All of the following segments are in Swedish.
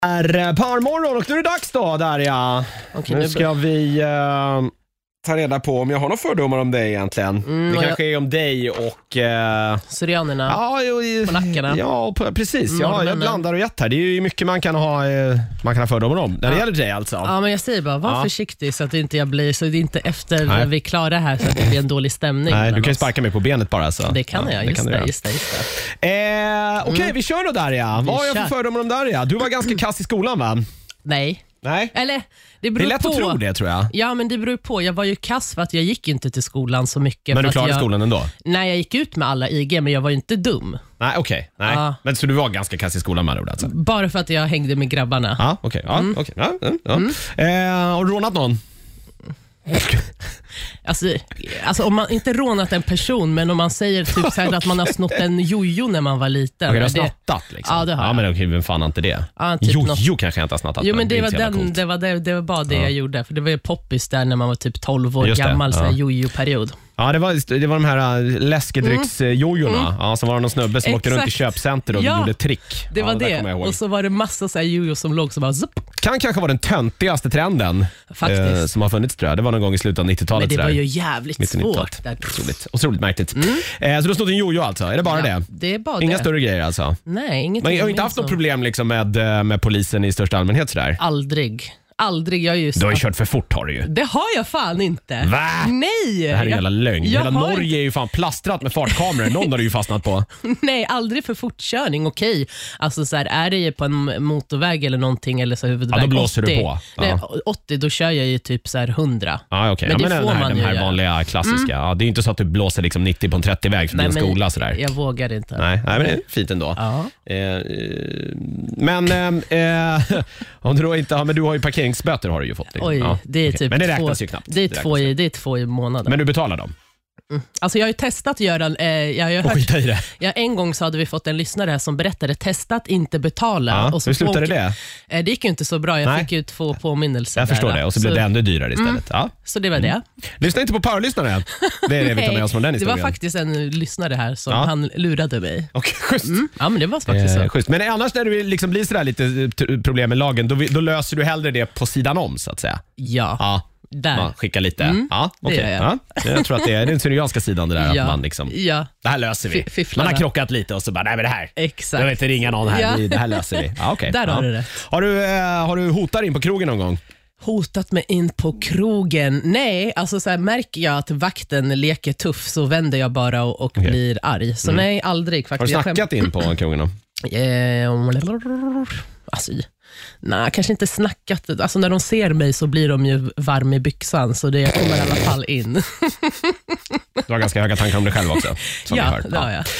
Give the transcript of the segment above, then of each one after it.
Är parmorgon och nu är det dags då, Darja. Okej, nu ska vi ta reda på om jag har några fördomar om dig egentligen. Det kanske är om dig och... syrianerna, polackerna. Ja, precis. Ja, jag blandar och gett här. Det är ju mycket man kan ha fördomar om. När det gäller dig alltså. Ja, men jag säger bara, var försiktig så att inte jag blir, så det är inte efter vi är klara här så att det blir en dålig stämning. Nej, du kan ju sparka mig på benet bara så. Det kan jag, just det. Okej, vi kör då, Darja. Vad har jag för fördomar om Darja? Du var ganska kass i skolan, va? Nej. Eller, det är lätt att tro det, tror jag. Ja, men det beror på. Jag var ju kass för att jag gick inte till skolan så mycket. Men du klarade skolan ändå? Nej, jag gick ut med alla IG, men jag var ju inte dum. Nej, okej. Nej. Men så du var ganska kass i skolan med det alltså? Bara för att jag hängde med grabbarna. Ja, okej. Har du rånat någon? Alltså om man inte rånat en person, men om man säger typ så här att man har snott en jojo när man var liten. Okej, du har snattat liksom. Ja, det har jag. Men okej, vem fan inte det? Typ jojo kanske jag inte har snattat. Jo, men det var bara det jag gjorde. För det var ju poppis där när man var typ 12 år gammal, så här jojo-period. Ja, det var de här läskedrycksjojorna. Ja, så var det någon snubbe som åkte runt i köpcenter och gjorde trick. Det var det. Och så var det massa så här jojo som låg så bara zup. Kan kanske vara den töntigaste trenden som har funnits, tror jag. Det var någon gång i slutet av 90-talet. Men det var ju jävligt svårt. Otroligt märkligt. Så du har snott en jojo alltså? Är det bara det? Det är bara Inga större grejer alltså? Nej, ingenting. Men jag har inte haft något problem liksom med polisen i största allmänhet sådär? Aldrig. Du har ju kört för fort, har du ju. Det har jag fan inte. Va? Nej. Det här är en jävla lögn. Hela Norge är ju fan plastrat med fartkameror. Någon har du ju fastnat på. Nej, aldrig för fortkörning. Okej. Alltså så här, är det på en motorväg eller någonting eller så huvudväg. Ja, då blåser 80, du på. Nej, 80, då kör jag ju typ så här 100. Ja, okej. Men det får man ju. De här vanliga klassiska. Ja, det är ju inte så att du blåser liksom 90 på en 30-väg för din skola sådär. Jag vågar inte. Nej, men det är fint ändå. Ja. Om du då inte men du har ju parkeringsböter har du ju fått. Oj, det är typ men det räknas ju knappt. Det är två i månaden. Men du betalar dem? Alltså jag har ju testat att göra en gång så hade vi fått en lyssnare här som berättade testat inte betala. Och så hur slutade det? Det gick ju inte så bra. Jag fick ju 2 påminnelser. Jag förstår det. Och så blev det ännu dyrare istället. Ja. Så det var det. Lyssna inte på powerlyssnare. Det är det vi tar med oss från den historien. Det var faktiskt en lyssnare här som han lurade mig. Okej, schysst. Ja, men det var faktiskt så. Schysst. Men annars när du liksom blir sådär lite problem med lagen, då löser du hellre det på sidan om så att säga. Ja. Där. Man skickar lite. Jag tror att det är den syrianska sidan det där att man liksom, det här löser vi. Man har krockat lite och så bara, nej men det här. Exakt. Jag vill inte ringa någon här, det här löser vi. Där har du rätt. Har du hotat in på krogen någon gång? Hotat mig in på krogen? Nej, alltså så här, märker jag att vakten leker tuff så vänder jag bara och blir arg. Så nej, aldrig faktiskt. Har du snackat in på krogen då? Alltså, nej, kanske inte snackat. Alltså när de ser mig så blir de ju varm i byxan, så det kommer i alla fall in. Du har ganska höga tankar om dig själv också. Ja, det har jag.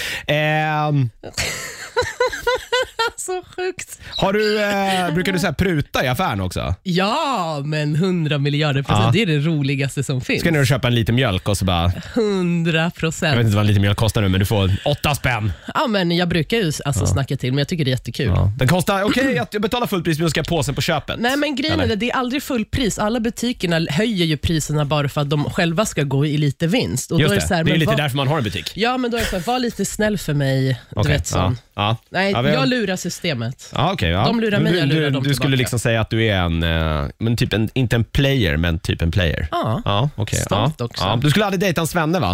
Så sjukt. Brukar du säga pruta i affären också? Ja, men 100 miljarder %. Det är det roligaste som finns. Ska ni köpa en liten mjölk och så bara 100%. Jag vet inte vad en liten mjölk kostar nu, men du får 8 spänn. Ja, men jag brukar ju snacka till, men jag tycker det är jättekul. Den kostar, jag betalar fullpris, men jag ska påsen på köpet. Nej, men grejen är det är aldrig fullpris. Alla butikerna höjer ju priserna bara för att de själva ska gå i lite vinst. Och just då är det, så här, det är lite därför man har en butik. Ja, men då är det så här, var lite snäll för mig. Du vet sån. Nej, jag lurar systemet. De lurar mig, jag lurar dem Du skulle liksom säga att du är men typ inte en player, men typ en player. Stolt också. Du skulle aldrig dejta en svenne, va?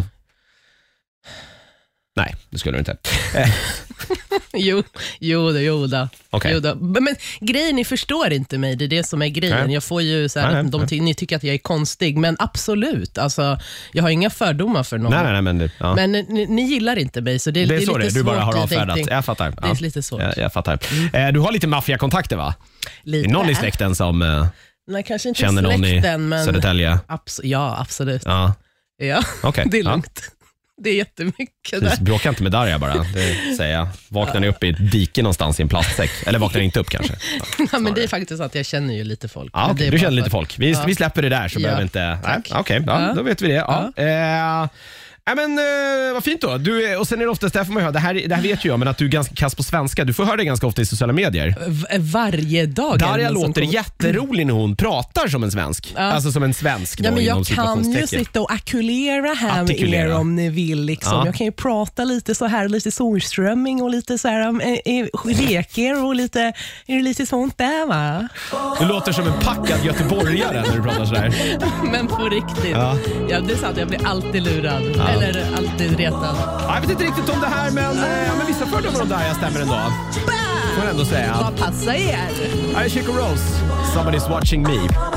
Nej, det skulle du inte. Jo då. Men grejen, ni förstår inte mig. Det är det som är grejen. Nej. Jag får ju så här, ni tycker att jag är konstig, men absolut. Alltså, jag har inga fördomar för någon. Nej, men ni gillar inte mig, så det är lite svårt. Du bara har avfärdat. Jag fattar. Det är lite svårt. Jag fattar. Du har lite maffiakontakter, va? Lite. Är någon i släkten som nej, kanske inte känner någon släkten, i Södertälje? Ja, absolut. Ja. Okay. Det är lugnt. Det är jättemycket där. Bråka inte med Darja bara, det säger jag. Vaknar ni upp i ett dike någonstans i en plastsäck? Eller vaknar ni inte upp kanske? Ja, men det är faktiskt att jag känner ju lite folk. Ja, okay. Du känner lite folk. Vi släpper det där så behöver inte... Okej, då vet vi det. men vad fint då. Och sen är det oftast därför man hör, det här vet ju jag, men att du är ganska kass på svenska. Du får höra det ganska ofta i sociala medier. Varje dag. Darja låter jätterolig när hon pratar som en svensk. Alltså som en svensk. Ja, men jag kan ju sitta och akulera här med er om ni vill. Liksom. Jag kan ju prata lite så här, lite solströmming och lite så här reker och lite sånt där, va? Du låter som en packad göteborgare när du pratar så här. Men på riktigt. Ja, det är sant. Jag blir alltid lurad. Eller alltid retad. Jag vet inte riktigt om det här, men vissa fördomar om Darja stämmer ändå. Får jag ändå säga. Vad passar er? Här är Chico Rose. Somebody's watching me.